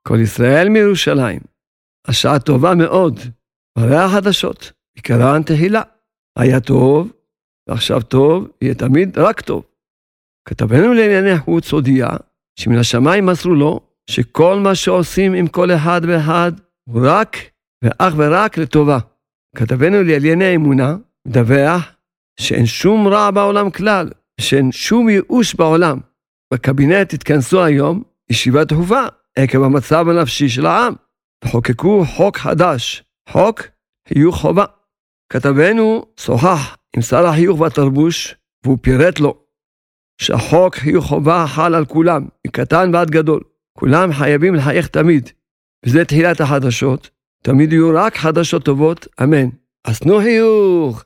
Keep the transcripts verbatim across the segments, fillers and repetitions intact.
כל ישראל מירושלים. השעה טובה מאוד, הרי החדשות, עיקרן תהילה. היה טוב, ועכשיו טוב, יהיה תמיד רק טוב. כתבנו לענייני חוץ הודיע, שמן השמיים מסרו לו, שכל מה שעושים עם כל אחד ואחד, הוא רק ואך ורק לטובה. כתבנו לענייני אמונה, מדווח, שאין שום רע בעולם כלל, שאין שום ייאוש בעולם. בקבינט התכנסו היום ישיבה דחופה עקב המצב הנפשי של העם, וחוקקו חוק חדש, חוק חיוך חובה. כתבנו שוחח עם שר החיוך והתרבוש, והוא פירט לו שהחוק חיוך חובה חל על כולם, מקטן ועד גדול. כולם חייבים לחייך תמיד, וזה תחילת החדשות. תמיד יהיו רק חדשות טובות, אמן. אז תנו חיוך.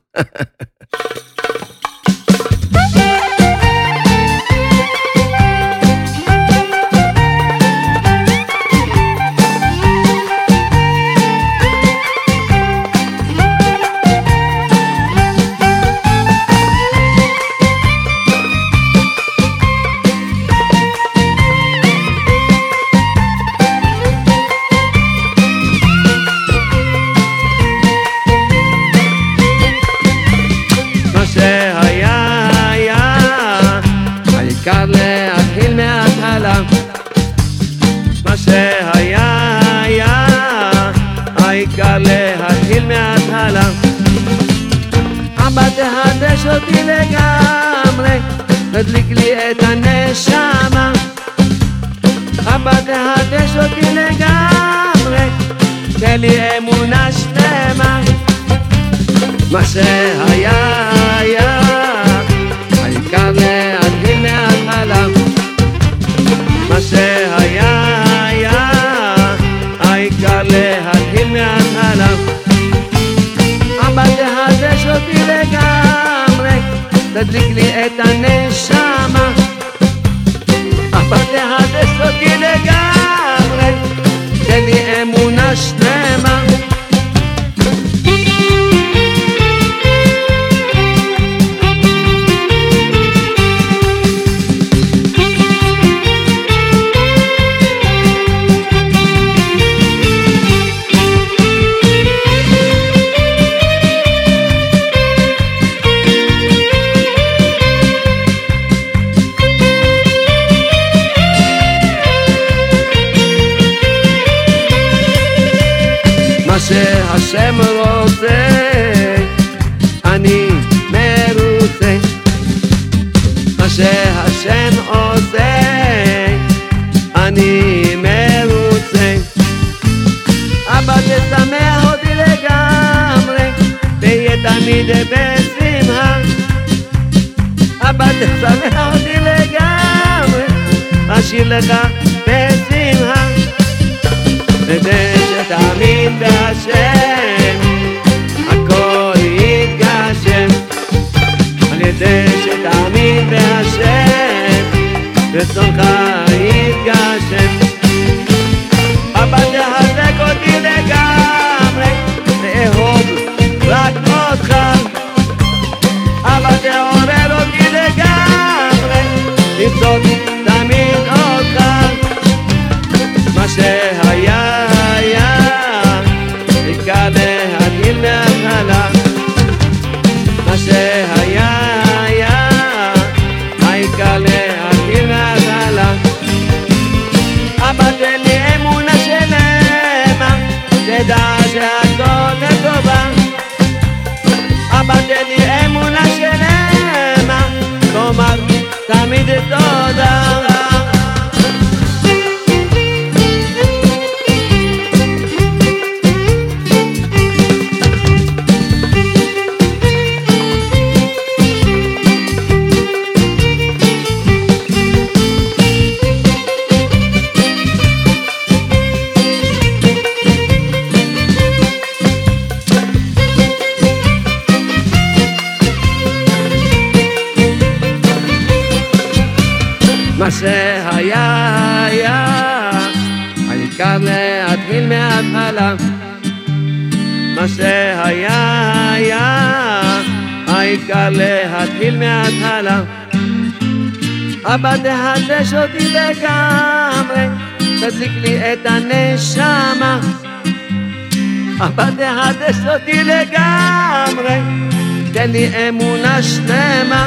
העיקר להתחיל מההתחלה, מה שהיה היה, העיקר להתחיל מההתחלה. אבא תחדש אותי לגמרי, תדליק לי את הנשמה. אבא תחדש אותי לגמרי, תן לי אמונה שלמה. מה שהיה היה, העיקר להתחיל מההתחלה. מה שהיה היה, העיקר להתחיל מההתחלה. אבא תחדש אותי לגמרי, תדליק לי את הנשמה. אבא תחדש אותי לגמרי, תן לי אמונה שלמה. מה שהשם רוצה, אני מרוצה. מה שהשם עושה, אני מרוצה. אבא תשמח אותי לגמרי, תהיה תמיד בשמחה. אבא תשמח אותי לגמרי, אשאיר לך בשמחה. כדי שתאמין בהשם, הכל יתגשם. על ידי שתאמין בהשם, רצונך יתגשם. אבא תחזק אותי לגמרי, לאהוב רק אותך. אבא תעורר אותי לגמרי, למצוא תמיד אותך. מה שהיה היה, עיקר להתחיל מההתחלה. מה שהיה היה, העיקר להתחיל מההתחלה. אבא תן לי אמונה שלמה, תדע שהכל לטובה. אבא תן לי אמונה שלמה, תאמר תמיד תודה. מה שהיה היה, העיקר להתחיל מההתחלה. מה שהיה היה, העיקר להתחיל מההתחלה. אבא תחדש אותי לגמרי, תדליק לי את הנשמה, אבל תחדש אותי לגמרי, תן לי אמונה שלמה.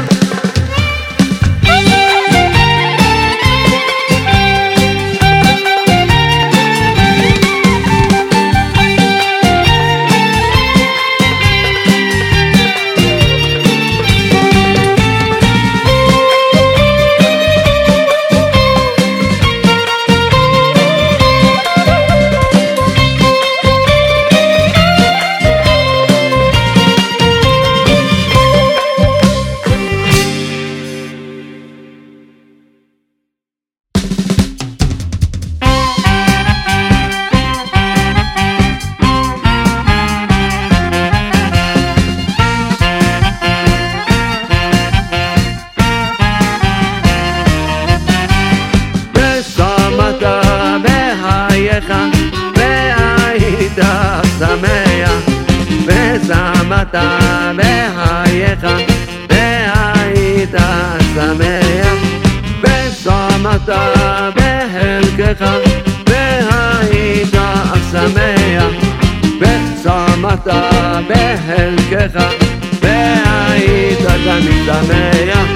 והיית שמח ושמת בחייך, והיית שמח ושמת בחלקך, והיית שמח ושמת בחלקך, והיית תמיד שמח.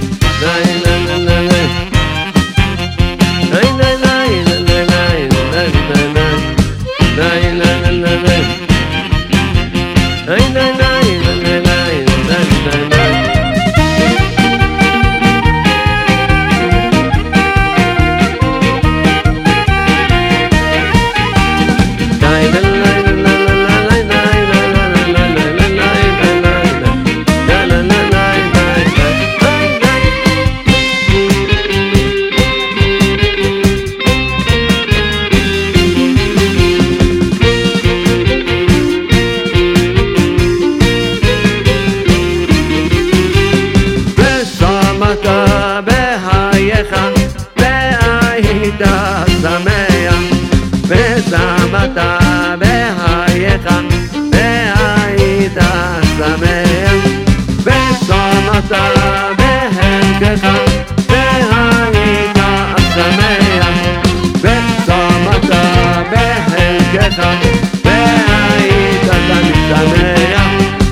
והיית שמח ושמת בחייך, והיית שמח ושמת בחלקך, והיית שמח ושמת בחלקך, והיית תמיד שמח.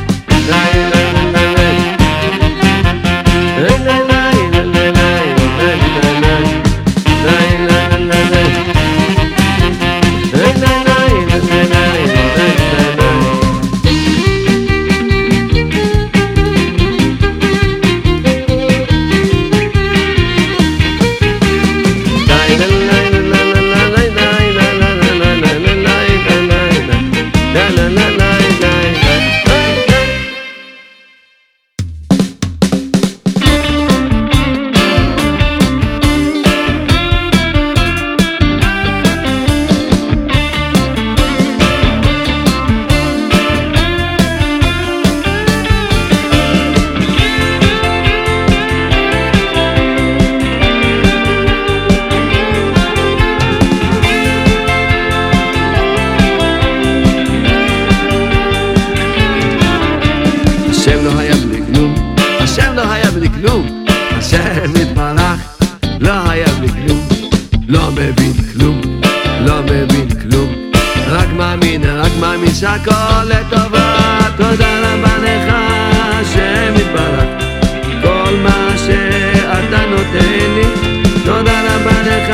השם לא היה בלי כלום, השם לא היה בלי כלום, השם יתברך, לא היה בלי כלום, לא מבין כלום, לא מבין כלום, רק מאמין, רק מאמין שהכל לטובה. תודה רבה לך השם יתברך, כל מה שאתה נותן לי, תודה רבה לך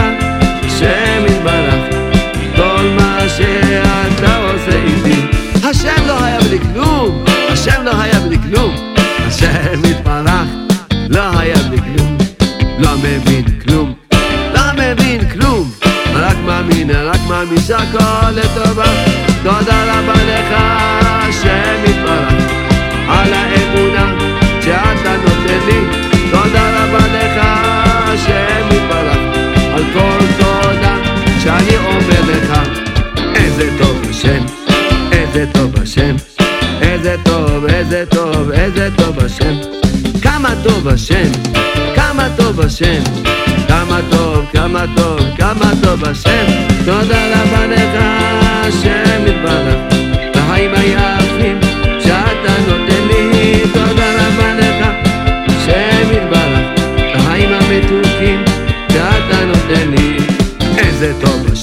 השם יתברך, כל מה שאתה עושה איתי. השם לא היה בלי כלום, השם לא היה בלי כלום, השם יתברך, לא היה בלי כלום, לא מבין כלום, לא מבין כלום, רק מאמין, רק מאמין שהכל לטובה. תודה רבה לך השם יתברך על האמונה שאתה נותן לי, תודה רבה לך השם יתברך על כל תודה שאני אומר לך. איזה טוב השם, איזה טוב השם, איזה טוב, איזה טוב, איזה טוב השם, כמה טוב השם, כמה טוב השם, כמה טוב, כמה טוב, כמה טוב השם. תודה רבה לך השם יתברך, בחיים היפים שאתה נותן לי, תודה רבה לך השם יתברך, בחיים המתוקים שאתה נותן לי. איזה טוב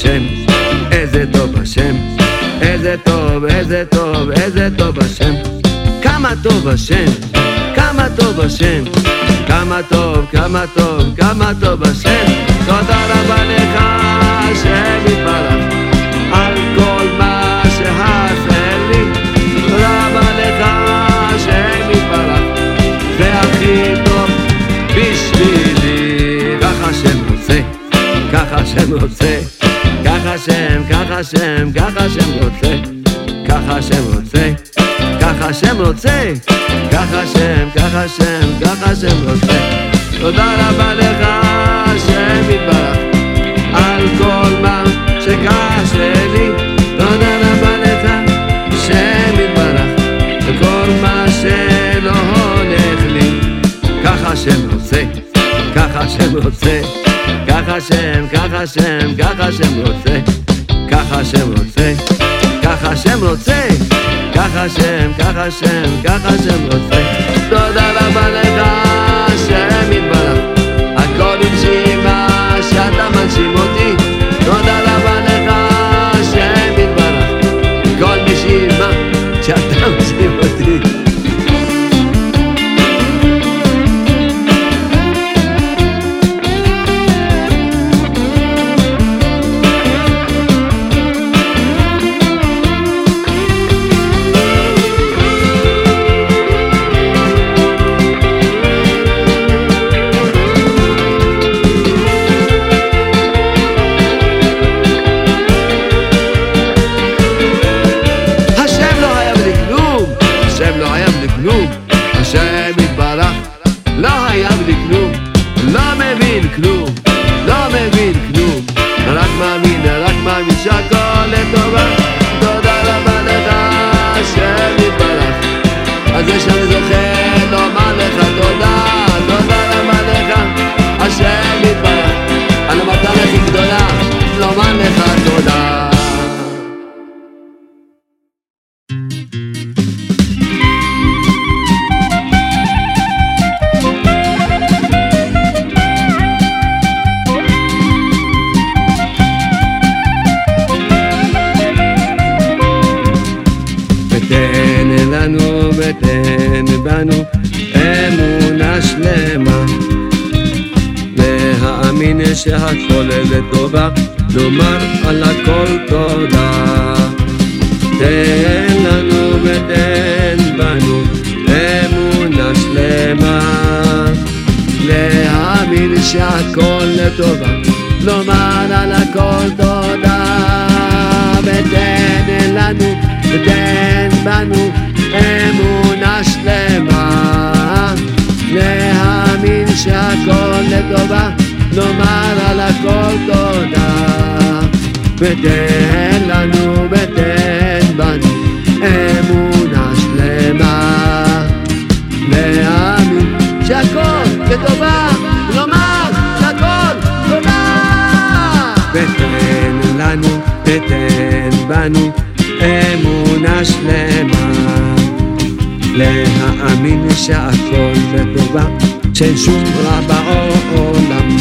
איזה טוב, איזה טוב, איזה טוב השם. כמה טוב השם, כמה טוב השם, כמה טוב, כמה טוב, כמה טוב השם. תודה רבה לך השם יתברך על כל מה שעשה לי. תודה רבה לך השם יתברך, זה הכי טוב בשבילי. ככה השם רוצה, ככה השם רוצה, ככה השם, ככה השם, ככה השם רוצה, ככה השם רוצה, ככה השם רוצה, ככה השם, ככה השם, ככה השם רוצה. תודה רבה לך השם יתברך על כל מה שקשה לי. תודה רבה לך השם יתברך על כל מה שלא הולך לי. ככה השם רוצה, ככה השם רוצה, ככה השם, ככה השם, ככה השם רוצה, ככה השם רוצה, ככה השם רוצה, ככה השם, ככה השם, ככה השם רוצה. תודה רבה לך השם יתברך על כל נשימה שאתה מנשים אותי. תודה רבה לך השם יתברך על כל נשימה שאתה מנשים אותי. השם יתברך לא חייב לי כלום, לא מבין כלום, לא מבין כלום, רק מאמין, רק מאמין שהכל לטובה. תודה רבה לך השם יתברך על זה שאני זוכר לומר לך תודה. תודה רבה לך השם יתברך על המתנה הכי גדולה לומר לך תודה. ותן לנו ותן בנו אמונה שלמה, להאמין שהכל לטובה, לומר על הכל תודה. תן לנו ותן בנו אמונה שלמה, להאמין שהכל לטובה, לומר על הכל תודה. ותן לנו ותן בנו אמונה שלמה, להאמין שהכל לטובה, לומר על הכל תודה. ותן לנו ותן בנו אמונה שלמה, להאמין שהכל לטובה, לומר על הכל תודה. ותן לנו ותן בנו אמונה שלמה, להאמין שהכל לטובה, שאין שום רע בעולם.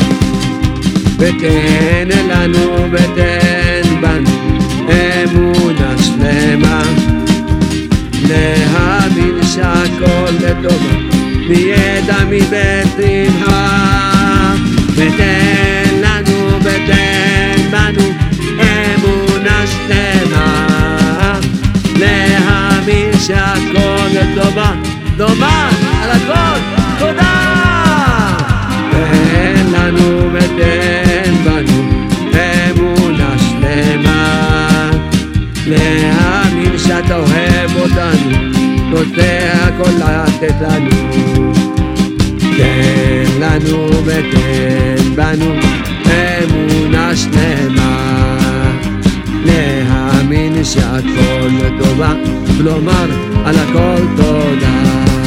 ותן לנו ותן בנו אמונה שלמה, להאמין שהכל לטובה, מידע מבית רבך. ותן לנו ותן בנו אמונה שלמה, להאמין שהכל לטובה, לומר על הכל תודה. תן לנו ותן בנו אמונה שלמה, להאמין שאתה אוהב אותנו, רוצה הכל לתת לנו. תן לנו ותן בנו אמונה שלמה, להאמין שהכל לטובה, לומר על הכל תודה.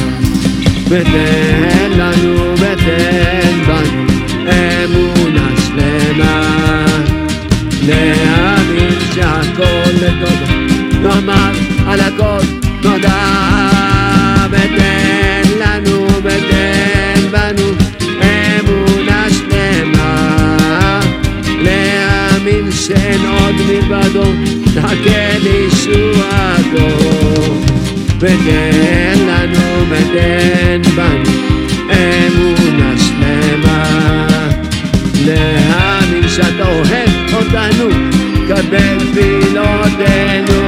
ותן לנו ותן בנו אמונה שלמה, להאמין שהכל לטובה, לומר על הכל תודה. ותן לנו ותן בנו אמונה שלמה, להאמין שאין עוד מלבדו, תחכה לישועתו. ותן לנו ותן בנו אמונה שלמה, להאמין שאתה אוהב אותנו, קבל תפילותינו.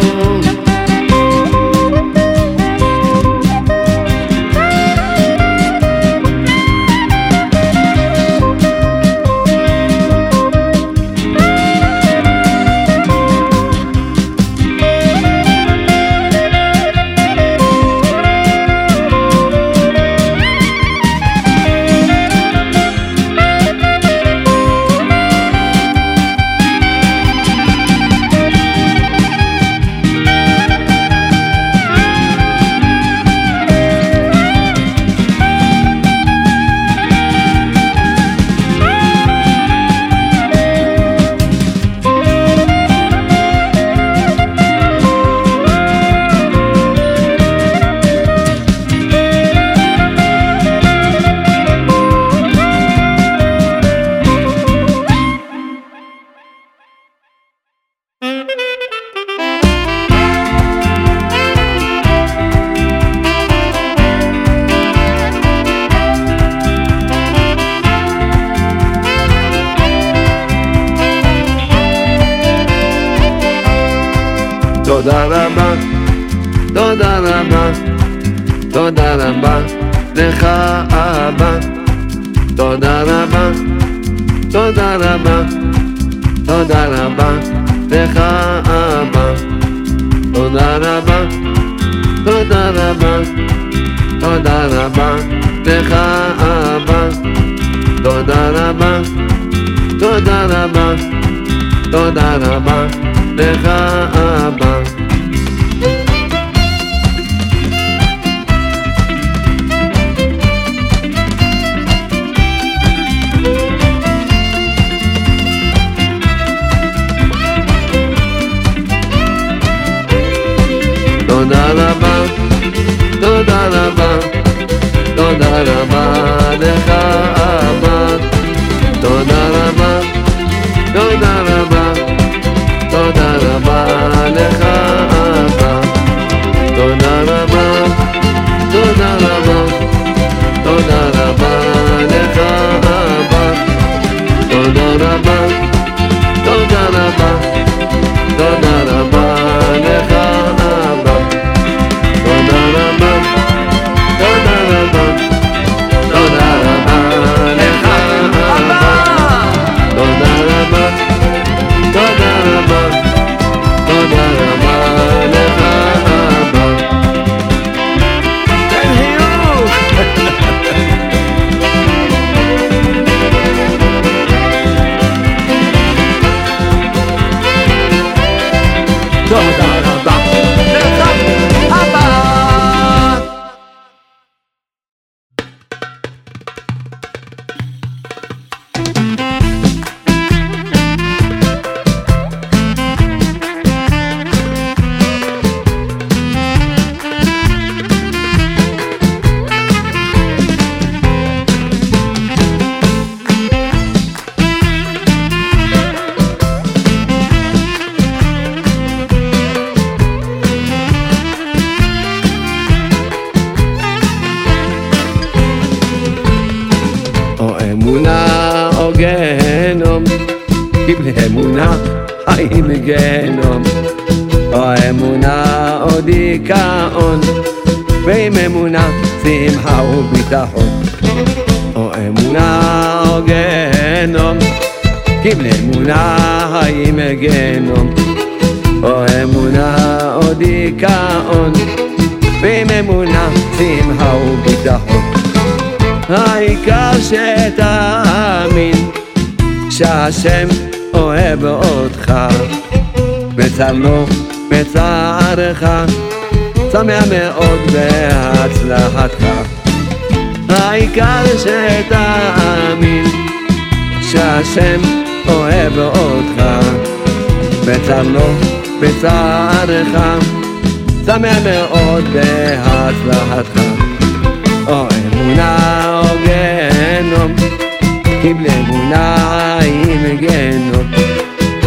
תודה רבה, תודה רבה, תודה רבה לך אבא. תודה רבה, תודה רבה, תודה רבה לך אבא. תודה רבה, תודה רבה, תודה רבה לך אבא. תודה רבה, תודה רבה, תודה רבה לך אבא. תודה רבה, תודה רבה, תודה רבה לך אבא. תודה רבה, תודה רבה, תודה רבה לך אבא. תודה רבה, תודה רבה, תודה רבה לך אבא. תודה רבה, תודה רבה, תודה רבה לך אבא. תודה רבה, תודה רבה, תודה רבה לך אבא. תודה רבה, תודה רבה, תודה רבה לך אבא. תן חיוך. תודה רבה לך אבא. אמונה או גיהנום, קיבלי אמונה חיים מגיהנום. או אמונה או דיכאון, ועם אמונה שמחה וביטחון. או אמונה או גיהנום, קיבלי אמונה חיים מגיהנום. או אמונה או דיכאון, ועם אמונה שמחה וביטחון. העיקר שתאמין שהשם אוהב אותך, בצלמו בצערך, שמח מאוד בהצלחתך. העיקר שתאמין שהשם אוהב אותך, בצלמו בצערך, שמח מאוד בהצלחתך. או אמונה או גיהנום, קיבלי אמונה עם גיהנום.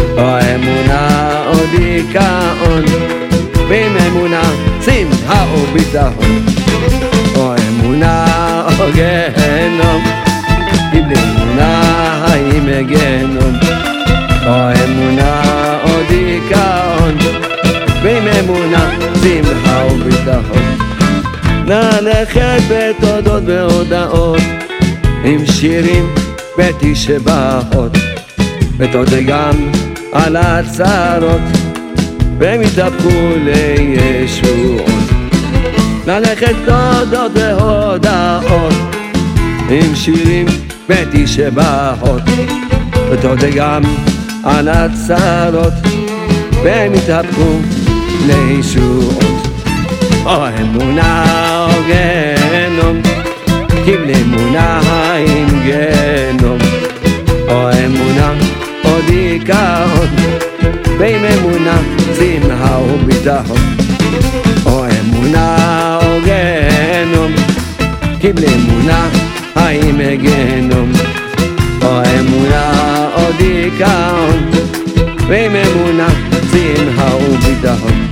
וביטחון, או אמונה או גיהנום, אם לאמונה האם גיהנום, או אמונה או דיכאון, ועם אמונה שמחה וביטחון. נלכת בתודות והודעות, עם שירים בתשבחות, ותודה גם על הצרות, והם יתהפכו לישועות. ללכת תודות והודעות, עם שירים בתשבחות, ותודה גם על הצרות, והם יתהפכו לישועות. או אמונה או גיהנום, כי בלי אמונה עם גיהנום, או אמונה או דיכאון, ועם אמונה שמחה וביטחון. או אמונה או גיהנום, כי בלי אמונה עם גיהנום, או אמונה או דיכאון, ועם אמונה שמחה וביטחון.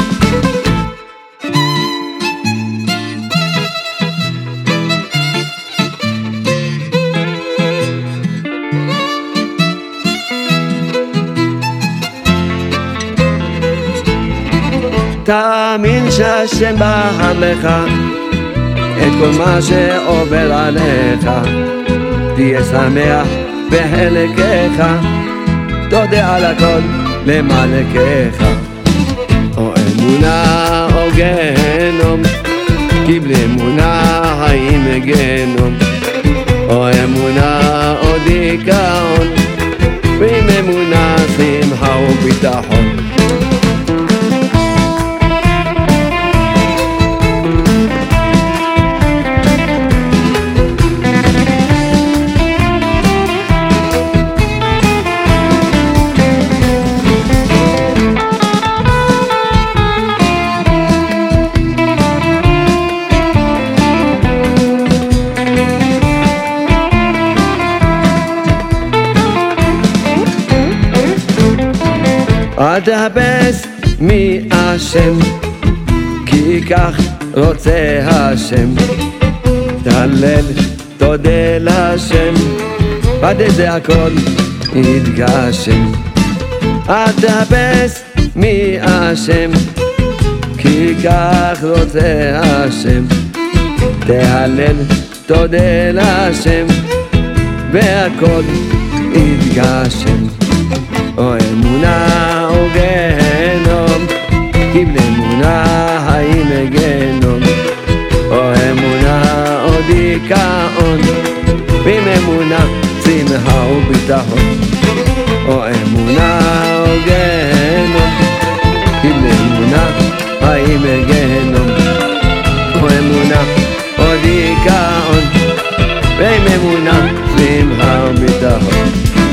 תאמין שהשם בחר לך את כל מה שעובר עליך, תהיה שמח בחלקך, תודה על הכל למלכך. או אמונה או גיהנום, כי בלי אמונה האם גיהנום, או אמונה או דיכאון, ועם אמונה שמחה וביטחון. אל תחפש מי אשם, כי כך רוצה השם. תהלל תודה להשם, עד זה הכל יתגשם. אל תחפש מי אשם, כי כך רוצה השם. תהלל תודה להשם, והכל יתגשם. או אמונה או גיהנום, כי בלי אמונה האם גיהנום, או אמונה או דיכאון, ועם אמונה שמחה וביטחון. או אמונה או גיהנום, כי בלי אמונה האם גיהנום, או אמונה או דיכאון, ועם אמונה שמחה וביטחון.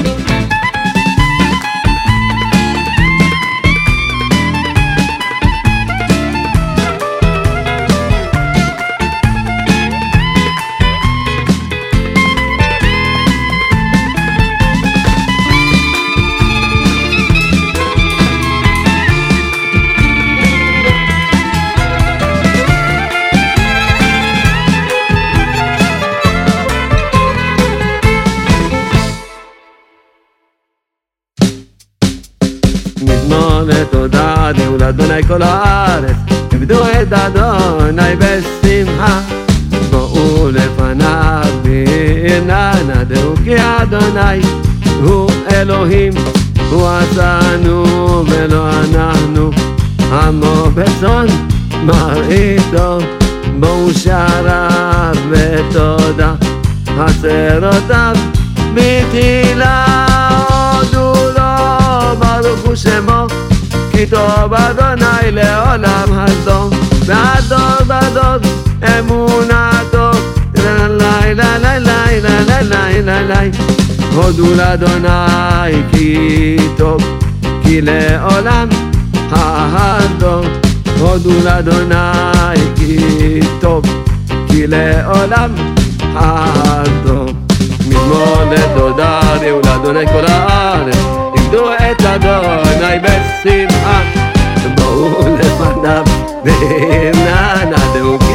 מזמור ותודה דעו לאדוני כל הארץ, עבדו את אדוני בשמחה, בואו לפניו ברננה, דעו כי אדוני הוא אלוהים, הוא עשנו ולא אנחנו, עמו בצאן מרעיתו. בואו שעריו ותודה, עצרותיו בתהילה, הודו לו ברוך הוא שמו, כי טוב אדוני לעולם הדור, והדור בדור אמונתו. לי לי לי לי לי לי לי לי הודו לאדוני כי טוב, כי לעולם הדור. הודו לאדוני כי טוב, כי לעולם הדור. מזמור לתודה דעו לאדוני כל הארץ, עבדו את אדוני בשמחה, בואו לפניו ברננה, דעו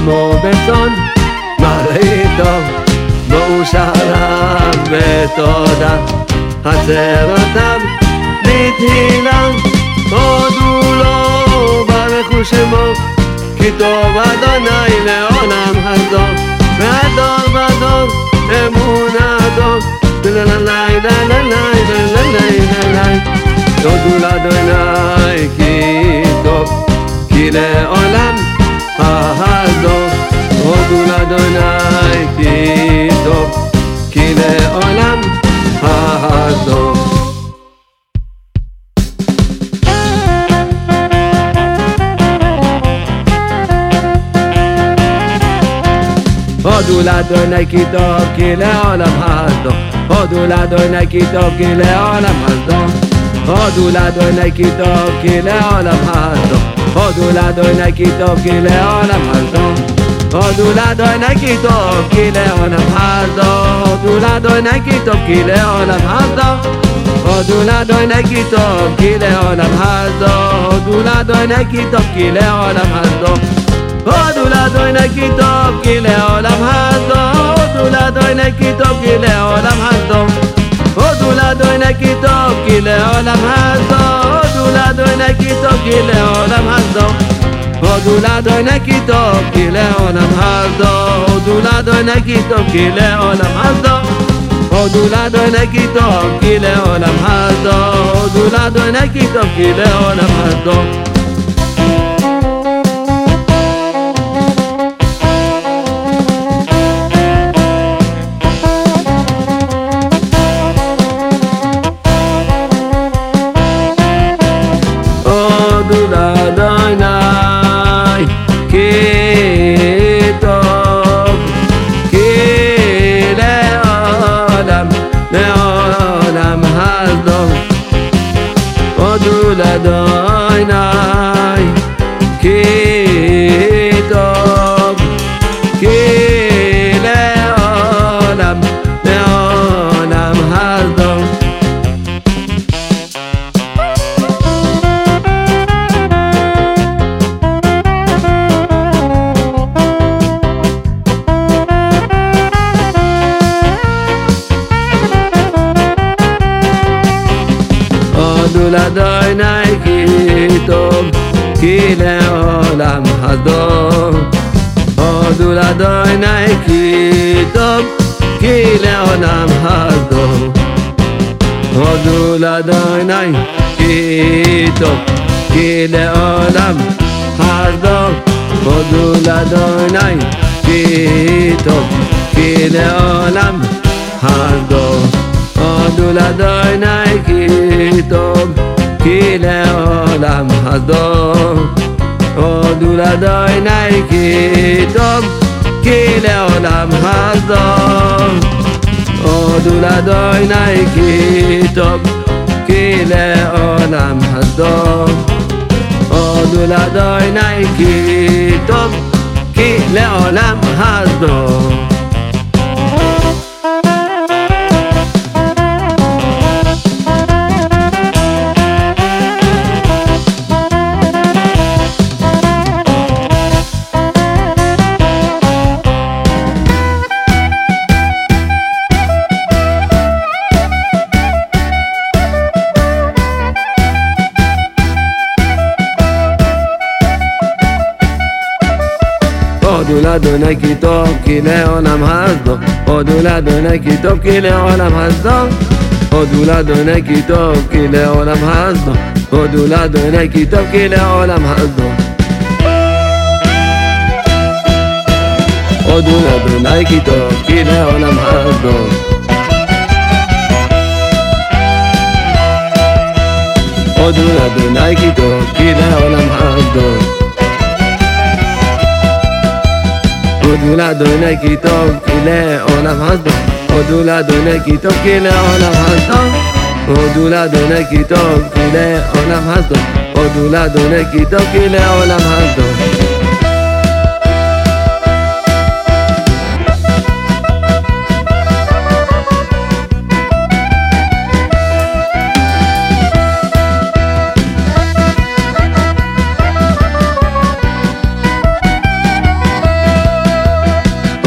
כמו בצאן מראה טוב מאושרה בתודה עצרותיו לתהילה הודו לו ברכו שמו כי טוב אדוני לעולם הזו והדור ודור אמונתו לללי לללי לללי לללי הודו לאדוני כי טוב כי לעולם הזו הודו לאדוני כי טוב כי לעולם הזו הודו לאדוני כי טוב כי לעולם הזו הודו לאדוני כי טוב כי לעולם הזו הודו לאדוני כי טוב כי לעולם הזו הודו לאדוני כי טוב כי לעולם הזו הודו לאדוני כי טוב כי לעולם הזו הודו לאדוני כי טוב כי לעולם הזו הודו לאדוני כי טוב כי לעולם הזו הודו לאדוני כי טוב כי לעולם הזו הודו לאדוני כי טוב כי לעולם הזו הודו לאדוני כי טוב כי לעולם הזו הודו לאדוני כי טוב כי לעולם הזו הודו לאדוני כי טוב כי לעולם הזו הודו לאדוני כי טוב כי לעולם הזו הודו לאדוני כי טוב כי לעולם הזו הודו לאדוני כי טוב כי לעולם הזו הודו לאדוני כי טוב כי לעולם הזו הודו לאדוני כי טוב כי לעולם לעולם הזו הודו לאדוני כי טוב כי לעולם הזו הודו לאדוני כי טוב כי לעולם הזו הודו לאדוני כי טוב כי לעולם הזו הודו לאדוני כי טוב כי לעולם הזו הודו לאדוני כי טוב כי לעולם הזו הודו לאדוני כי טוב כי לעולם הזו הודו לאדוני כי טוב כי לעולם הזו הודו לאדוני כי טוב כי לעולם הזו הודו לאדוני כי טוב כי לעולם הזו הודו לאדוני כי טוב כי לעולם הזו הודו לאדוני כי טוב כי לעולם הזו הודו לאדוני כי טוב כי לעולם הזו הודו לאדוני כי טוב כי לעולם הזו הודו לאדוני כי טוב כי לעולם הזו הודו לאדוני כי טוב כי לעולם הזו הודו לאדוני כי טוב כי לעולם הזו הודו לאדוני כי טוב כי לעולם הזו הודו לאדוני כי טוב כי לעולם הזו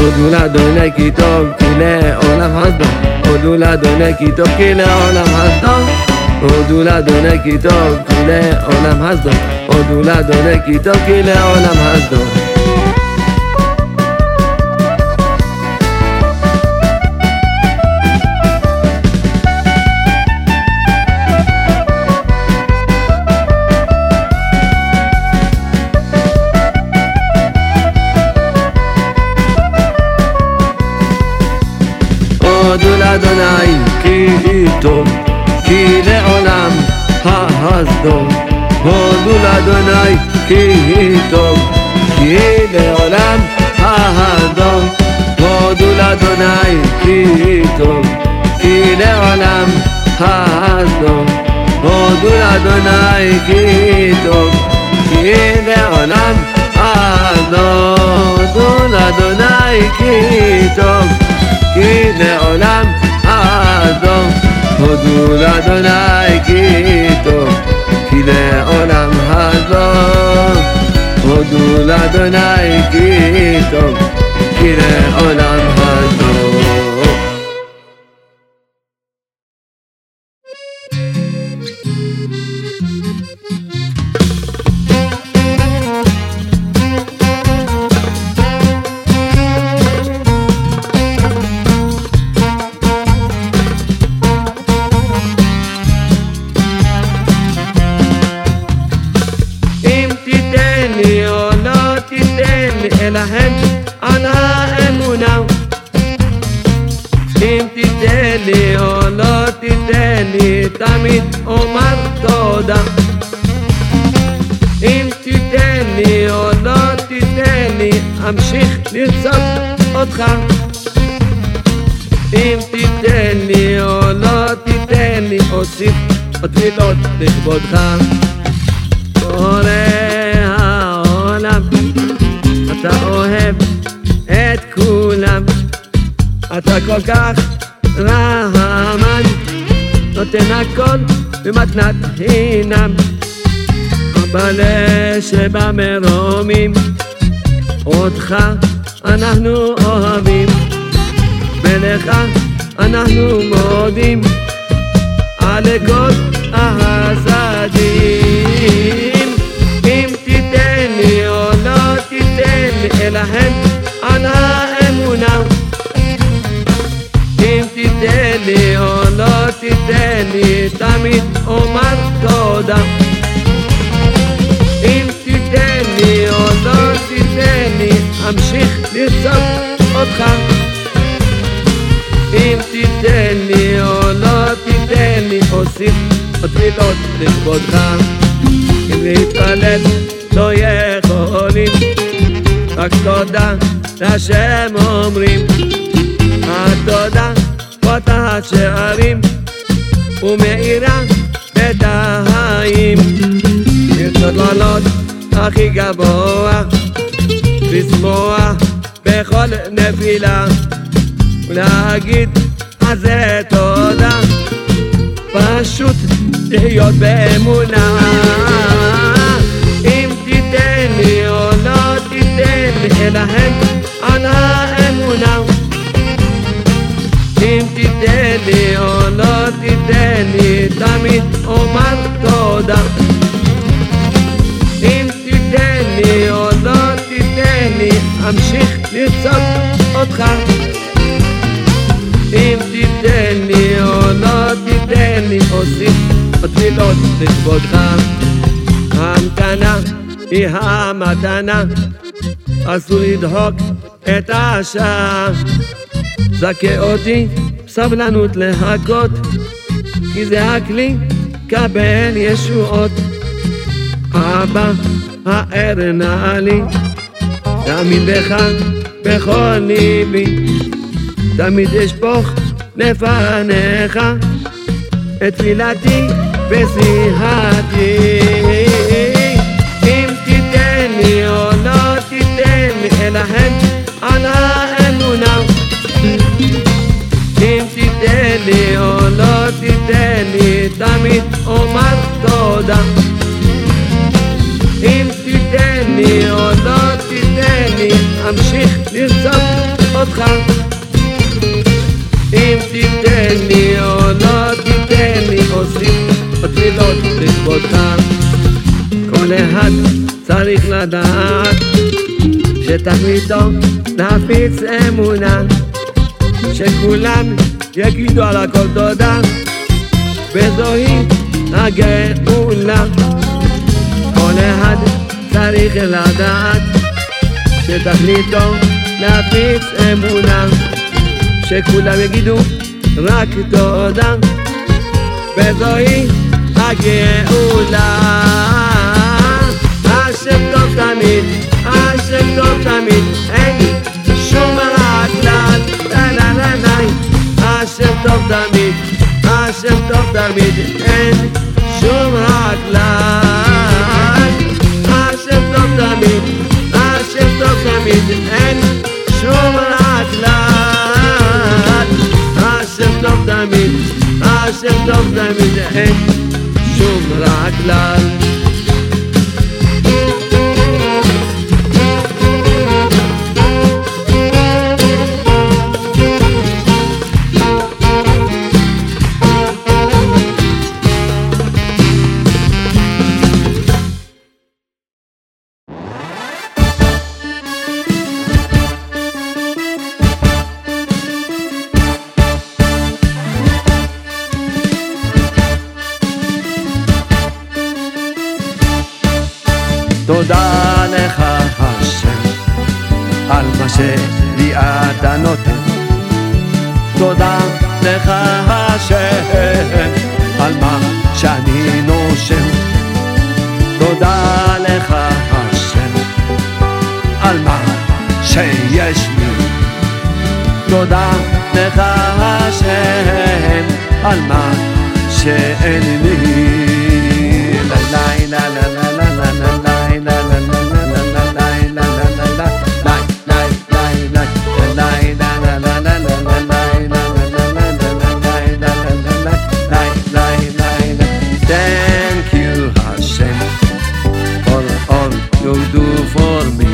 הודו לאדוני כי טוב, כי לעולם חסדו. הודו לאדוני כי טוב, כי לעולם חסדו. הודו לאדוני כי טוב, כי לעולם חסדו. הודו לאדוני כי טוב, כי לעולם חסדו. הודו לאדוני כי טוב, כי לעולם החסדו. הודו לאדוני כי טוב, כי לעולם החסדו. הודו לאדוני כי טוב, כי לעולם החסדו. הודו לאדוני כי טוב, כי לעולם החסדו. הודו לאדוני כי טוב, כי לעולם חסדו. הודו לאדוני כי טוב, כי לעולם חסדו. הודו לאדוני כי טוב, כי לעולם חסדו. אלהם על האמונה. אם תיתן לי או לא תיתן לי, תמיד אומר תודה. אם תיתן לי או לא תיתן לי, אמשיך לרצות אותך. אם תיתן לי או לא תיתן לי, אוסיף עוד תפילות לכבודך. בורא העולם, אתה אוהב את כולם, אתה כל כך רחמן, נותן הכל במתנת חינם. אבל שבמרומים אותך אנחנו אוהבים, ולך אנחנו מודים על כל החסדים. אם תיתן לי או לא תיתן לי, אלהם על האמונה. אם תיתן לי או לא תיתן לי, תמיד אומר תודה. אם תיתן לי או לא תיתן לי, אמשיך לרצות אותך. אם תיתן לי או לא תיתן לי, אוסיף עוד תפילות לכבודך. אם להתפלל לא יכולים, רק תודה להשם אומרים. התודה פותחת שערים ומאירה את החיים. לרצות לעלות הכי גבוה, לשמוח בכל נפילה, ולהגיד על זה תודה, פשוט להיות באמונה. אם תיתן לי או לא תיתן לי, אלהם על האמונה. אם תיתן לי או לא תיתן לי, תמיד אומר תודה. אם תיתן לי או לא תיתן לי, אמשיך לרצות אותך. אם תיתן לי או לא תיתן לי, אוסיף עוד תפילות לכבודך. ההמתנה היא המתנה, אסור לדחוק את השעה. זכה אותי סבלנות לחכות, כי זה הכלי קבל ישועות. אבא האר נא לי, תמיד בך בכל ליבי, תמיד אשפוך לפניך את תפילתי ושיחתי. אם תיתן לי או לא תיתן לי, אלהם על האמונה. אם תיתן לי או לא תיתן לי, תמיד אומר תודה. אם תיתן לי או לא תיתן לי, אמשיך לרצות אותך, אם תיתן לי או לא תיתן לי, עושים תפילות לכבודך. כל אחד צריך לדעת שתכליתו להפיץ אמונה, שכולם יגידו על הכל תודה, וזוהי הגאולה. כל אחד צריך לדעת שתכליתו להפיץ אמונה, שכולם יגידו רק תודה, וזוהי הגאולה. השם טוב תמיד, השם טוב תמיד, אין שום רע כלל, לה לה לה לה. השם טוב תמיד, השם טוב תמיד, אין שום רע כלל. השם טוב תמיד, השם טוב תמיד, אין שום רע כלל. השם טוב תמיד, השם טוב תמיד, אין שום רע כלל. תודה לך השם על מה שלי אתה נותן, תודה לך השם על מה שאני נושם, תודה לך השם על מה שיש לי, תודה לך השם על מה שאין לי. לה לה לה לה לה לה לה לה. Thank you Hashem for all you do for me.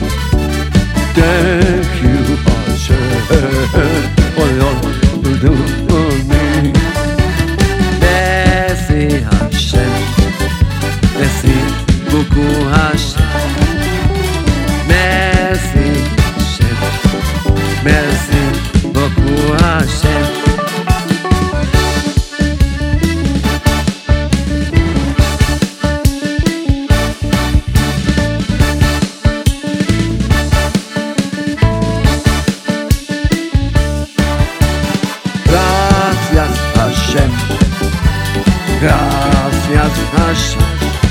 Thank you Hashem for all you do for me. Merci Hashem, merci beaucoup Hashem. Merci Hashem, merci beaucoup Hashem. Gracias Hashem,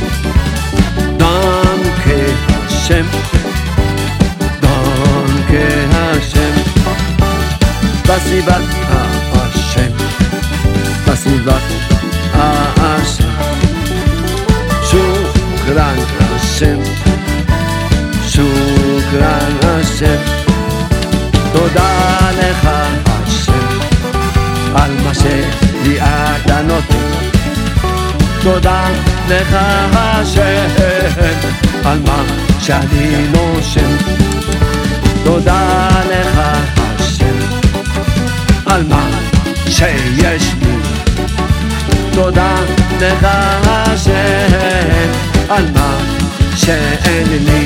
danke Hashem, danke Hashem, Basivat Hashem, Basivat Hashem, Shukran Hashem, Shukran Hashem. תודה לך Hashem על מה שלי אתה נותן, תודה לך השם על מה שאני נושם, תודה לך השם על מה שיש לי, תודה לך השם על מה שאין לי.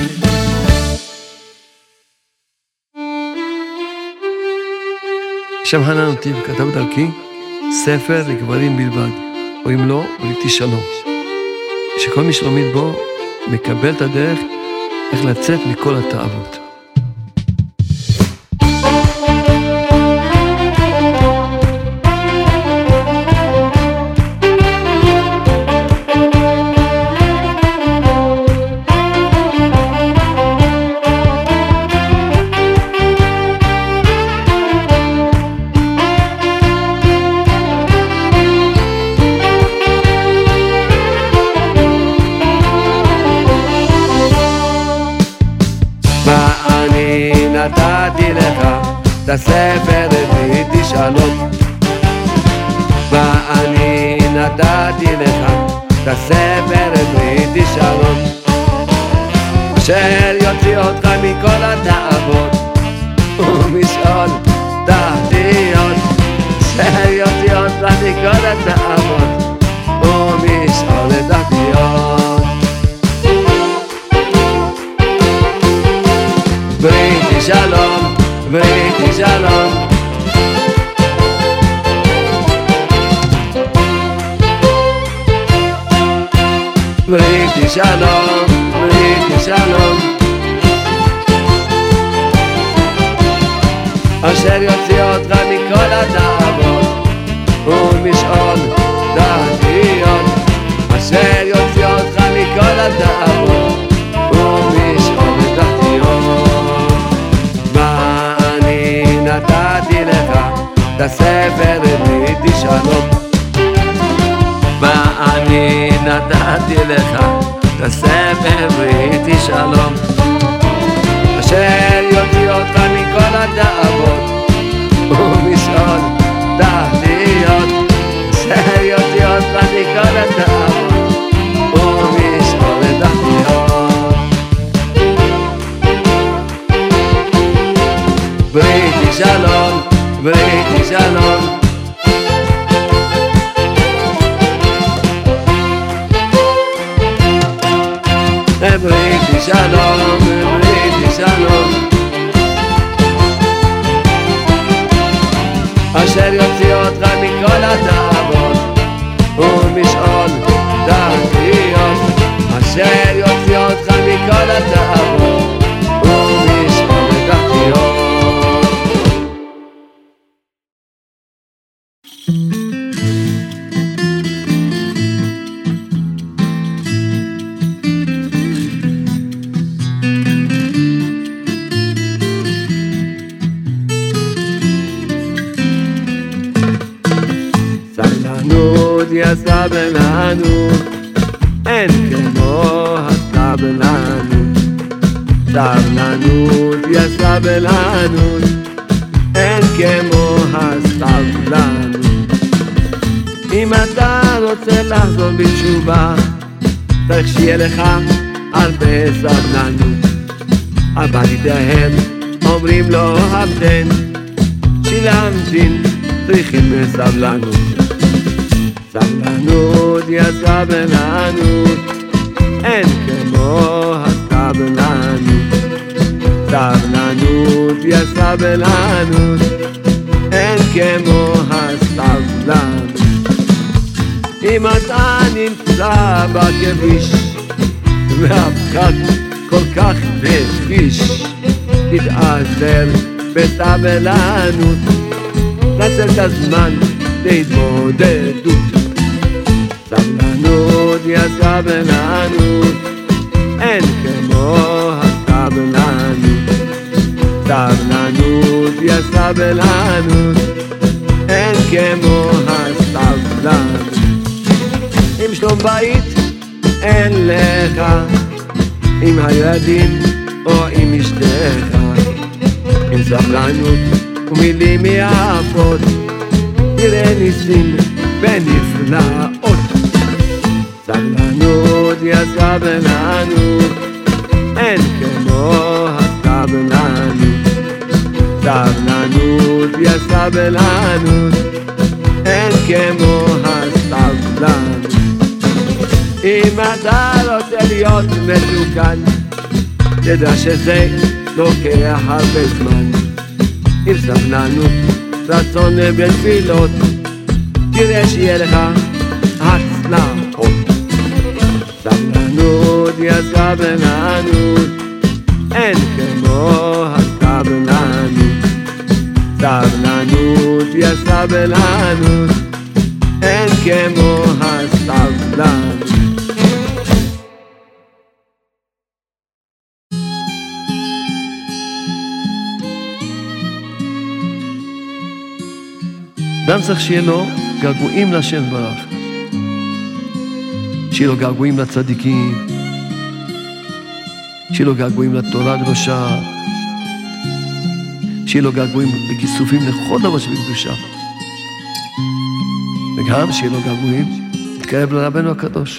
שם חנן אותי וכתב דרכי ספר לגברים בלבד, או אם לא, ראיתי שלום. שכל מי שלומד בו מקבל את הדרך איך לצאת מכל התאוות. נתתי לך את הספר ראיתי שלום, ואני נתתי לך את הספר ראיתי שלום, אשר יוציא אותך מכל התאוות ומשאול שלום, בריתי שלום. בריתי שלום, בריתי שלום. אשר יוציא אותך מכל התאוות ומשאול דתיות. אשר יוציא אותך מכל התאוות ומשאול דתיות. מה אני נתתי לך את הספר בריתי שלום. מה אני נתתי לך את הספר בריתי שלום. אשר יוציא אותך מכל התאוות ומשאול דתיות. אשר יוציא אותך מכל התאוות ומשאול דתיות. בריתי שלום, בריתי שלום. בריתי שלום, בריתי שלום. אשר יוציא אותך מכל התאוות ומשאול דתיות. אשר יוציא אותך מכל התאוות ומשאול דתיות. סבלנות יא סבלנות, אין כמו הסבלנות. סבלנות יא סבלנות, אין כמו הסבלנות. אם אתה רוצה לחזור בתשובה, צריך שיהיה לך הרבה סבלנות. אבל תתאהב, אומרים לו המתן, שלהמתין צריכים סבלנות. סבלנות יא סבלנות, אין כמו הסבלנות. סבלנות יא סבלנות, אין כמו הסבלנות. אם אתה נמצא בכביש והפקק כל כך מביש, תתעזר בסבלנות, נצל את הזמן להתמודדות. סבלנות יא סבלנות, אין כמו הסבלנות. סבלנות יא סבלנות, אין כמו הסבלנות. עם שלום בית אין לך, עם הילדים או עם אשתך, עם סבלנות ומילים יפות, תראה ניסים ונפלאות. סבלנות יא סבלנות, אין כמו הסבלנות. סבלנות יא סבלנות, אין כמו הסבלנות. אם אתה רוצה להיות מתוקן, תדע שזה לוקח הרבה זמן. עם סבלנות, רצון ותפילות, תראה שיהיה לך הצלחות. סבלנות יא סבלנות, אין כמו הסבלנות. סבלנות יא סבלנות, אין כמו הסבלנות. אדם צריך שיהיה לו געגועים להשם ברך, שיהיה לו געגועים לצדיקים, שיהיה לו געגועים לתורה הקדושה, שיהיה לו געגועים בכיסופים לכל דבר שבקדושה, וגם שיהיה לו געגועים להתקרב לרבנו הקדוש.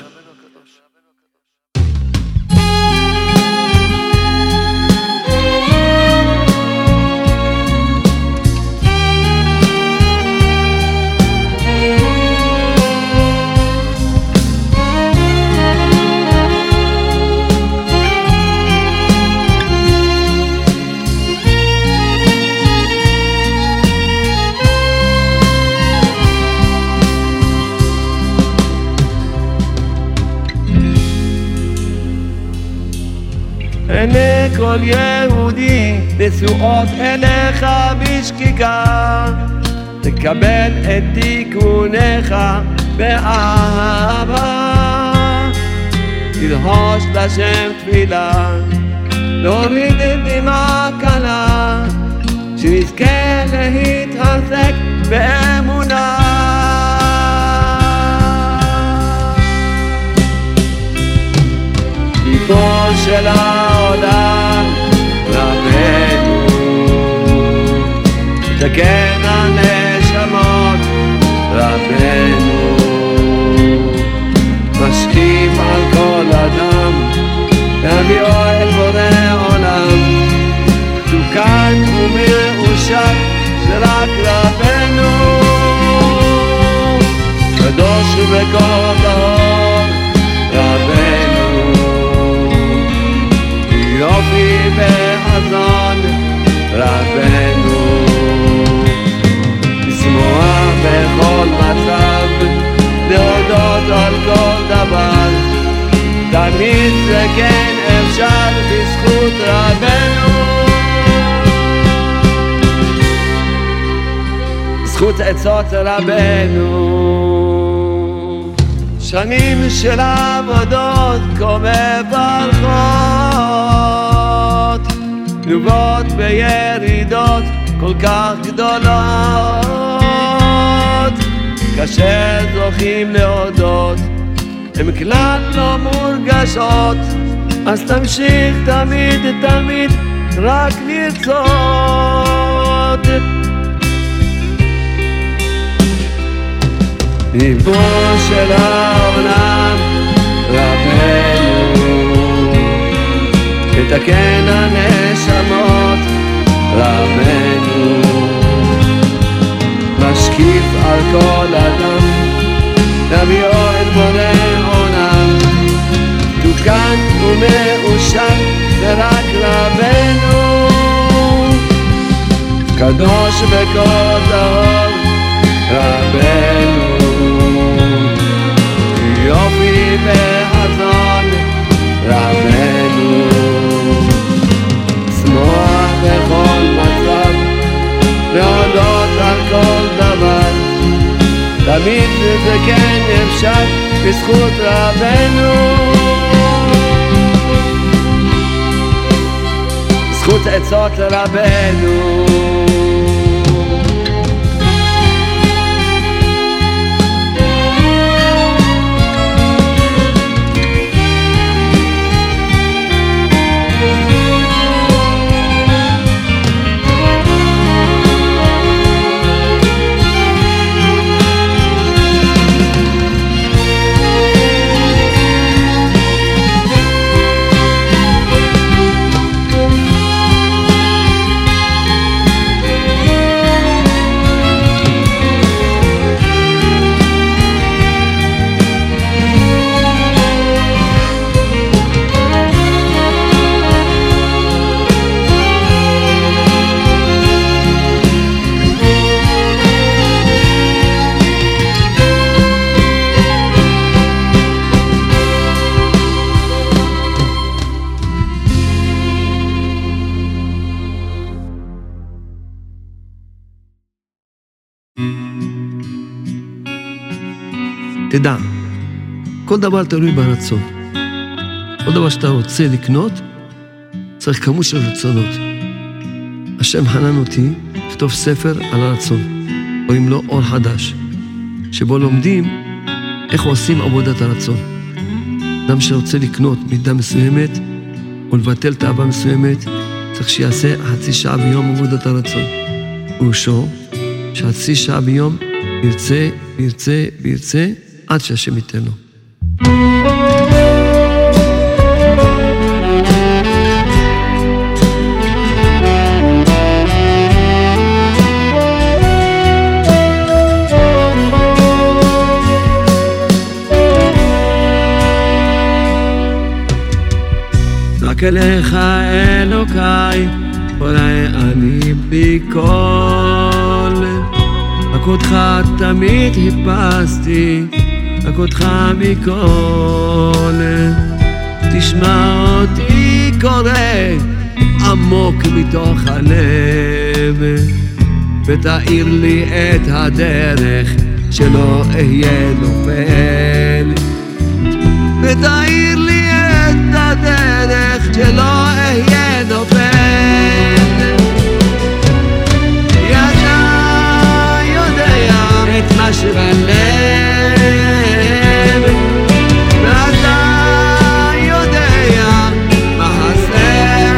כל יהודי נשואות אליך בשקיקה, תקבל את תיקונך באהבה, תלחוש לשם תפילה, להוריד את דמעה קלה, שנזכה להתחזק באמונה. ליבו של העולם רבנו, תקן הנשמות רבנו, משקיף על כל אדם, להביאו אל בורא עולם, תוקן ומאושר זה רק רבנו, קדוש ובכל טהור רבנו, יופי וחזון רבנו, לשמוע בכל מצב, להודות על כל דבר, תמיד זה כן אפשר בזכות רבנו, זכות עצות רבנו. שנים של עבודות כה מברכות, תנובות בירידות כל כך גדולות, כאשר זוכים להודות הם כלל לא מורגשות, אז תמשיך תמיד תמיד רק לרצות. ליבו של העולם רבנו, תתקן הנשמות רבנו, משקיף על כל אדם, תביאו את בורא עולם, תוקן ומאושר זה רק רבנו, קדוש וכל טהור רבנו, יופי וחזון רבנו, שמוח בכל מצב, להודות על כל דבר, תמיד זה כן אפשר בזכות רבנו, זכות עצות רבנו. תדע, כל דבר תלוי ברצון. כל דבר שאתה רוצה לקנות, צריך כמות של רצונות. השם חנן אותי לכתוב ספר על הרצון, או אם לא אור חדש, שבו לומדים איך עושים עבודת הרצון. אדם שרוצה לקנות מידה מסוימת, או לבטל תאווה מסוימת, צריך שיעשה חצי שעה ביום עבודת הרצון. פירושו שחצי שעה ביום ירצה, ירצה, ירצה, עד שהשם ייתן לו. רק אליך אלוקיי, אולי אני בלי כל, רק אותך תמיד חיפשתי, רק אותך מכל, תשמע אותי קורא, עמוק מתוך הלב, ותאיר לי את הדרך שלא אהיה נופל, ותאיר לי את הדרך שלא אהיה נופל. אתה יודע את מה שבלב, ואתה יודע מה חסר.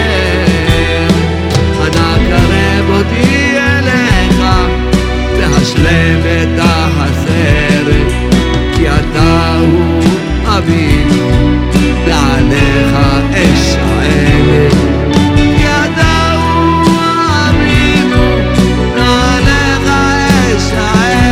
אנא קרב אותי אליך והשלם את החסר, כי אתה הוא אבינו ועליך אשען, כי אתה הוא אבינו ועליך אשען.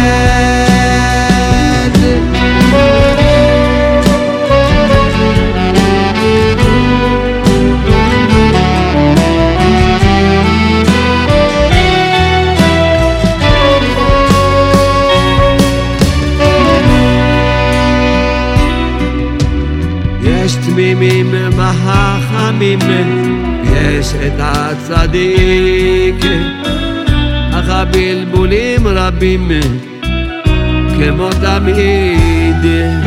יש תמימים וחכמים, יש את הצדיק, אך הבלבולים רבים כמו תמיד,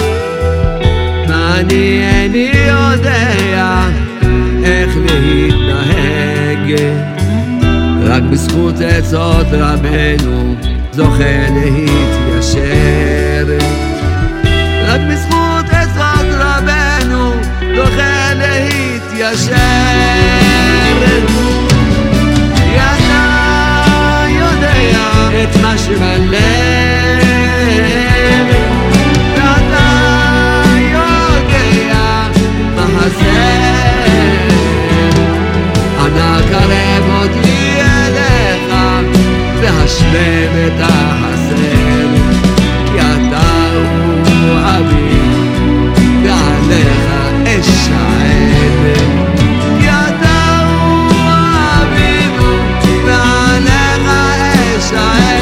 ואני איני יודע איך להתנהג, רק בזכות עצות רבנו זוכה להתיישר, רק בזכות עצות רבנו זוכה להתיישר. כי אתה יודע את מה שבלב, ואתה יודע מה חסר. אנא קרב אותי אליך והשלם את החסר, כי אתה הוא אבי ועליך אשען, כי אתה הוא אבינו ועליך אשען.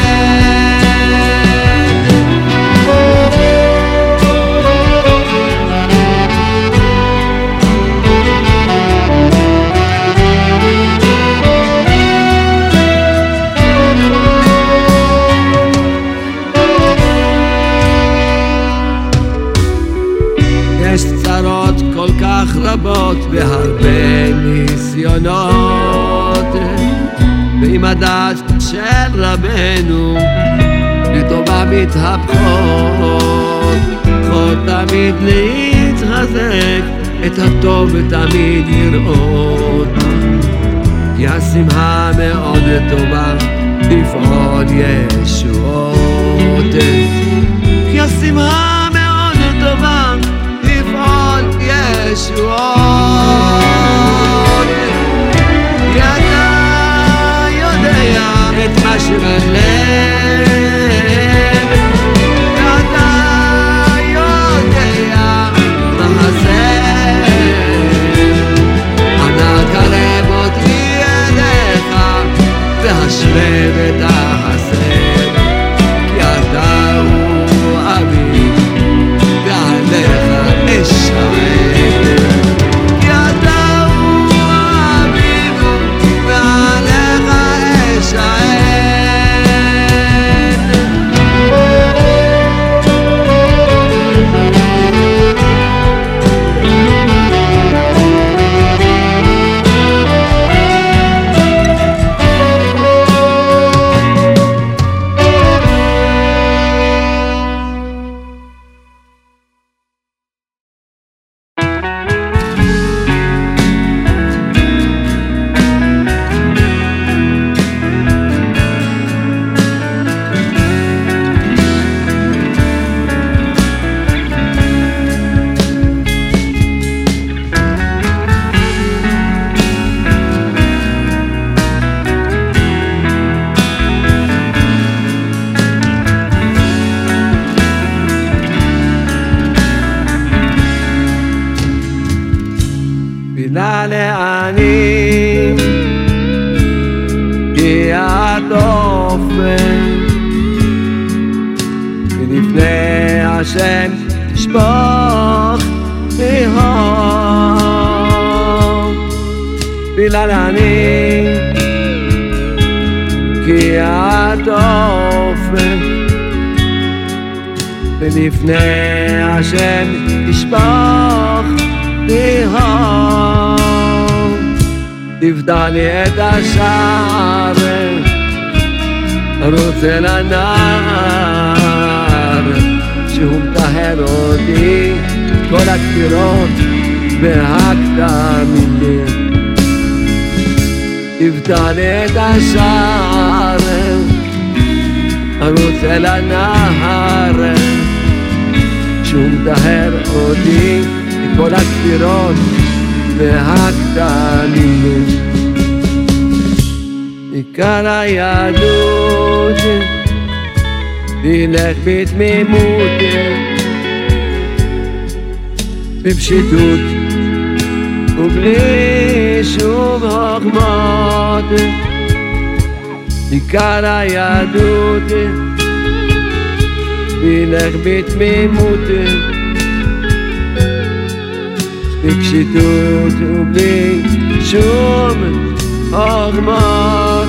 יש צרות כל כך רבות והרבה ניסיונות, ועם הדעת של רבנו לטובה מתהפכות, יכול תמיד להתחזק, את הטוב ותמיד לראות, כי השמחה מאוד טובה לפעול ישועות, כי השמחה מאוד טובה לפעול ישועות. כי אתה יודע את מה שבלב, ואתה יודע מה חסר. אנא קרב אותי אליך והשלם את החסר, כי אתה הוא אבי ועליך אשען, כי אתה הוא אבינו ועליך אשען. בינה לעני הגיע הדופן, ולפני השם שפוך תהום, תפילה לעני כי התופת ולפני השם תשפוך תיהום תפתח לי את השער ארוץ אל הנער שהוא מטהר אותי כל הכפירות והקטמים תפתח לי את השער ארוץ אל הנער שהוא מטהר אותי כל הכפירות והקטנים עיקר היהדות תלך בתמימות בפשיטות ובלי שום חוכמות עיקר היהדות תלך בתמימות בפשיטות ובלי שום חוכמות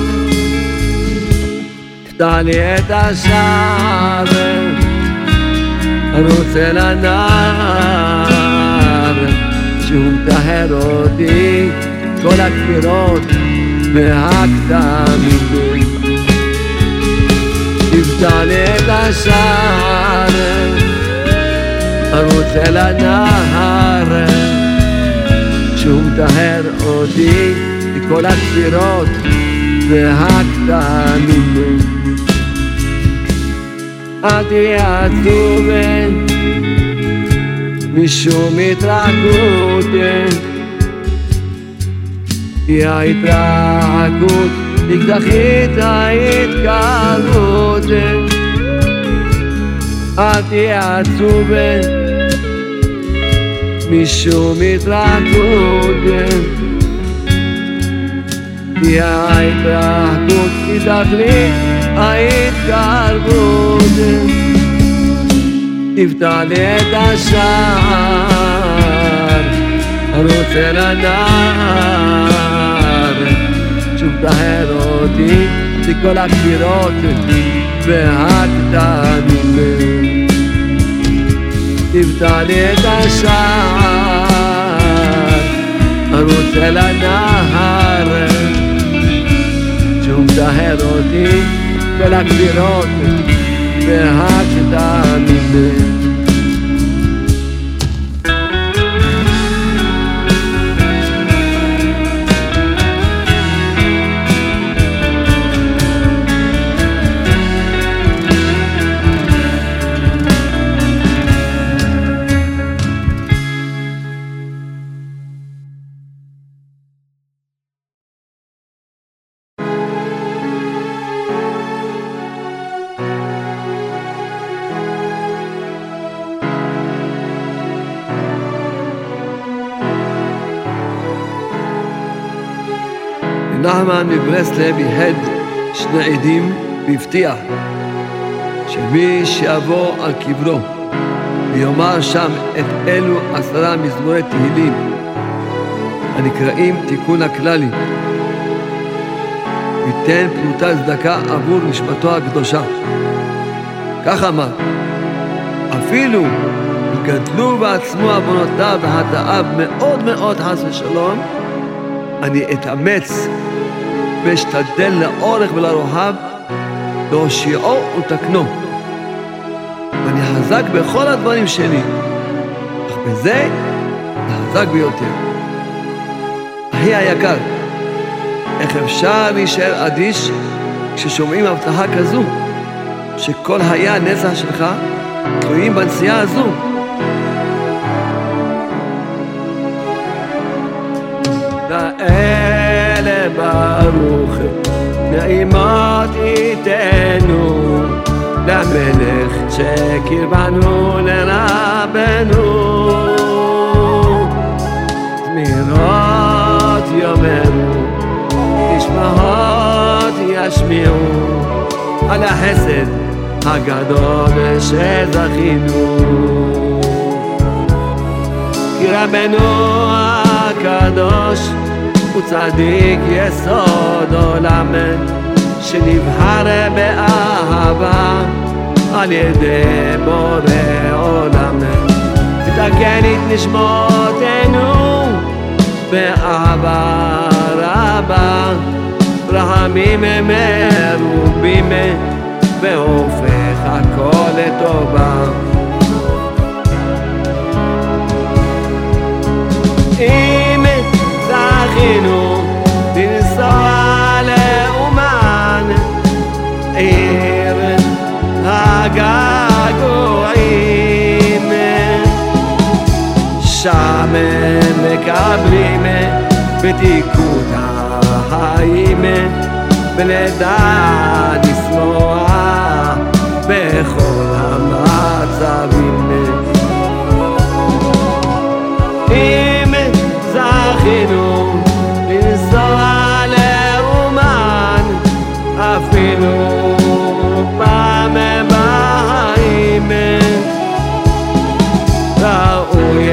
תפתח לי את השער ארוץ אל הנער שהוא מטהר אותי כל הכפירות והקטמים תפתח לי את השער ארוץ אל הנער שהוא מטהר אותי כל הכפירות והקטנים אל תהיה עצוב משום התרחקות כי ההתרחקות תקדחית ההתקרבות אל תהיה עצוב משום התרחקות כי ההתרחקות תקדחית ההתקרבות תפתח לי את השער ארוץ אל הנער שהוא מטהר אותי מכל הכפירות והקטנים תפתח לי את השער ארוץ אל הנער שהוא מטהר אותי כל הכפירות והקטנים נחמן מברסלב ייחד שני עדים והבטיח שמי שיבוא על קברו ויאמר שם את אלו עשרה מזמורי תהילים הנקראים תיקון הכללי ייתן פרוטה צדקה עבור נשמתו הקדושה. כך אמר, אפילו גדלו בעצמו עוונותיו וחטאיו מאוד מאוד חס ושלום, אני אתאמץ ואשתדל לאורך ולרוחב להושיעו ולתקנו, ואני חזק בכל הדברים שלי, אך בזה חזק ביותר. אחי היקר, איך אפשר להישאר אדיש כששומעים הבטחה כזו, שכל חיי הנצח שלך תלויים בנסיעה הזו? לאלה ברוך נעימות איתנו, למלך שקרבנו לרבנו, תמירות יאמרו תשמעות ישמיעו על החסד הגדול שזכינו, כי רבנו הקדוש הוא צדיק יסוד עולם, שנבחר באהבה על ידי בורא עולם. תתקן את נשמותינו באהבה רבה, רחמים מרובים והופך הכל לטובה. אם זכינו לנסוע לאומן, עיר הגעגועים, שם מקבלים בתיקות החיים, ונדע לשמוע בכל המצבים. אם זכינו לנסוע לאומן, אפילו פעם בחיים, ראוי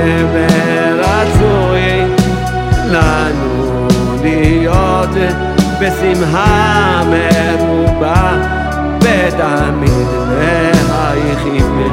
ורצוי לנו להיות בשמחה מרובה ותמיד מחייכים.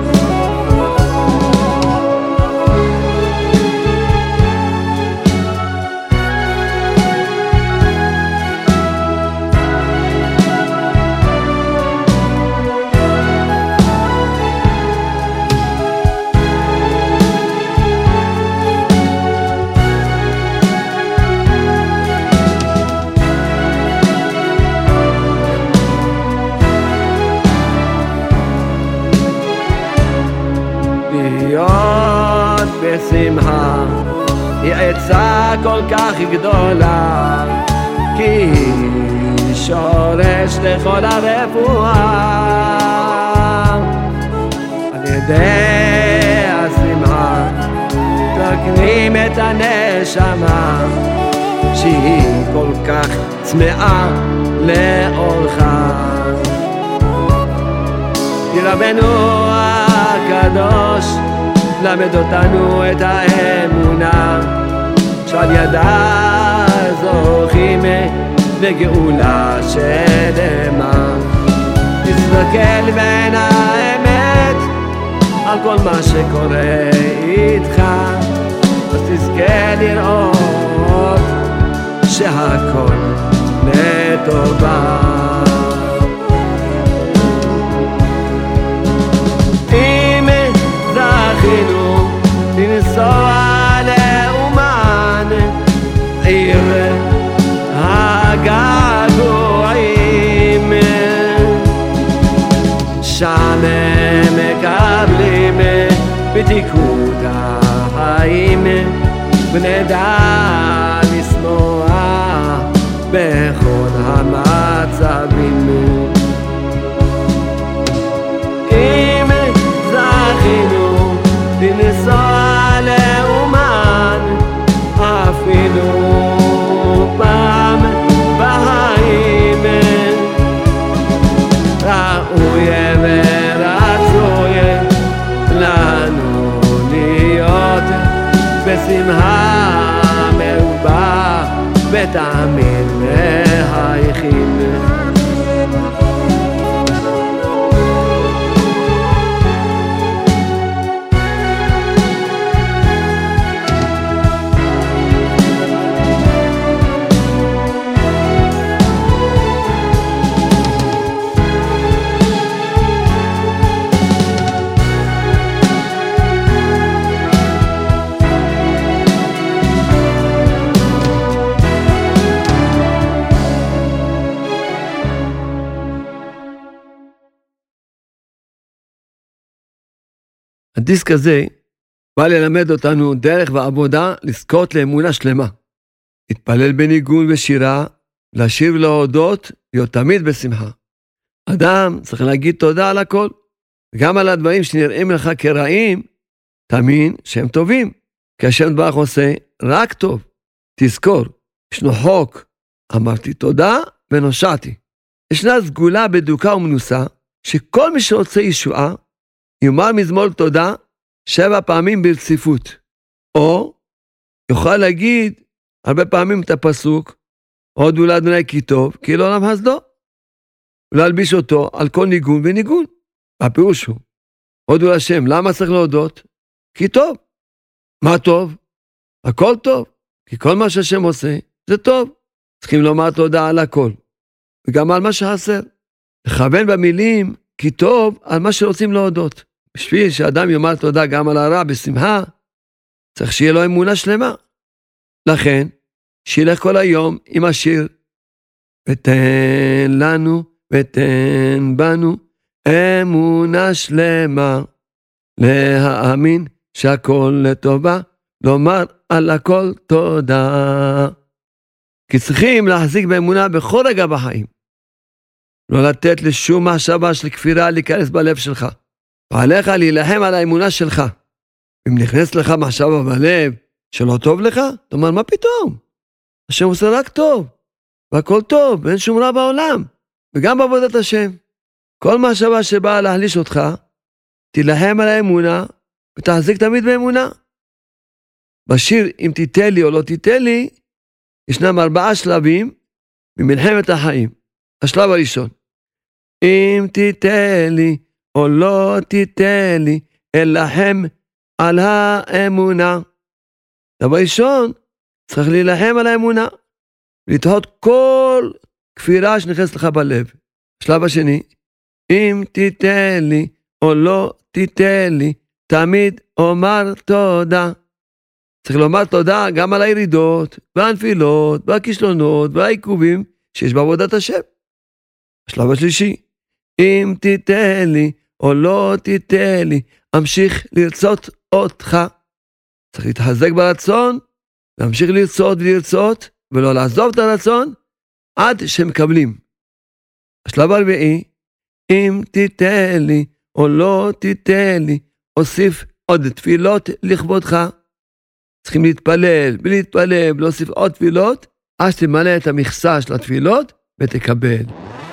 להיות בשמחה היא עצה כל כך גדולה, כי היא שורש לכל הרפואה. על ידי השמחה תקנים את הנשמה, שהיא כל כך צמאה לאורך. כי רבנו הקדוש למד אותנו את האמונה, שעל ידה זוכים לגאולה שלמה. תסתכל בין האמת על כל מה שקורה איתך, אז תזכה לראות שהכל לטובה. זכינו לנסוע לאומן, עיר הגעגועים, שם מקבלים בתיקות החיים, ונדע לשמוע בכל המצבים. אם זכינו לנסוע לאומן, אפילו פעם בחיים, ראוי ורצוי לנו להיות בשמחה מרובה ותמיד מחייכים. הדיסק הזה בא ללמד אותנו דרך ועבודה לזכות לאמונה שלמה. להתפלל בניגון ושירה, לשיר ולהודות, להיות תמיד בשמחה. אדם צריך להגיד תודה על הכל, גם על הדברים שנראים לך כרעים, תאמין שהם טובים, כי השם ברוך עושה רק טוב. תזכור, ישנו חוק, אמרתי תודה ונושעתי. ישנה סגולה בדוקה ומנוסה, שכל מי שרוצה ישועה, יאמר מזמור תודה שבע פעמים ברציפות, או יוכל להגיד הרבה פעמים את הפסוק, הודו לאדוני כי טוב, כי לעולם חסדו. ולהלביש אותו על כל ניגון וניגון. הפירוש הוא, הודו להשם, למה צריך להודות? כי טוב. מה טוב? הכל טוב. כי כל מה שהשם עושה, זה טוב. צריכים לומר תודה על הכל. וגם על מה שחסר. לכוון במילים, כי טוב, על מה שרוצים להודות. בשביל שאדם יאמר תודה גם על הרע בשמחה, צריך שיהיה לו אמונה שלמה. לכן, שילך כל היום עם השיר, ותן לנו, ותן בנו, אמונה שלמה, להאמין שהכל לטובה, לומר על הכל תודה. כי צריכים להחזיק באמונה בכל רגע בחיים. לא לתת לשום מחשבה של כפירה להיכנס בלב שלך. ועליך להילחם על האמונה שלך. אם נכנס לך מחשבה בלב שלא טוב לך, תאמר מה פתאום? השם עושה רק טוב, והכל טוב, ואין שום רע בעולם. וגם בעבודת השם. כל מחשבה שבאה להחליש אותך, תילחם על האמונה, ותחזיק תמיד באמונה. בשיר אם תיתן לי או לא תיתן לי, ישנם ארבעה שלבים ממלחמת החיים. השלב הראשון, אם תיתן לי או לא תיתן לי, אלחם על האמונה. דבר ראשון, צריך להילחם על האמונה, ולתהות כל כפירה שנכנסת לך בלב. השלב השני, אם תיתן לי או לא תיתן לי, תמיד אומר תודה. צריך לומר תודה גם על הירידות, והנפילות, והכישלונות, והעיכובים שיש בעבודת השם. השלב השלישי, אם תיתן לי או לא תיתן לי, אמשיך לרצות אותך. צריך להתחזק ברצון, להמשיך לרצות ולרצות, ולא לעזוב את הרצון, עד שמקבלים. השלב הרביעי, אם תיתן לי או לא תיתן לי, אוסיף עוד תפילות לכבודך. צריכים להתפלל, ולהתפלל, ולהוסיף עוד תפילות, עד שתמלא את המכסה של התפילות, ותקבל.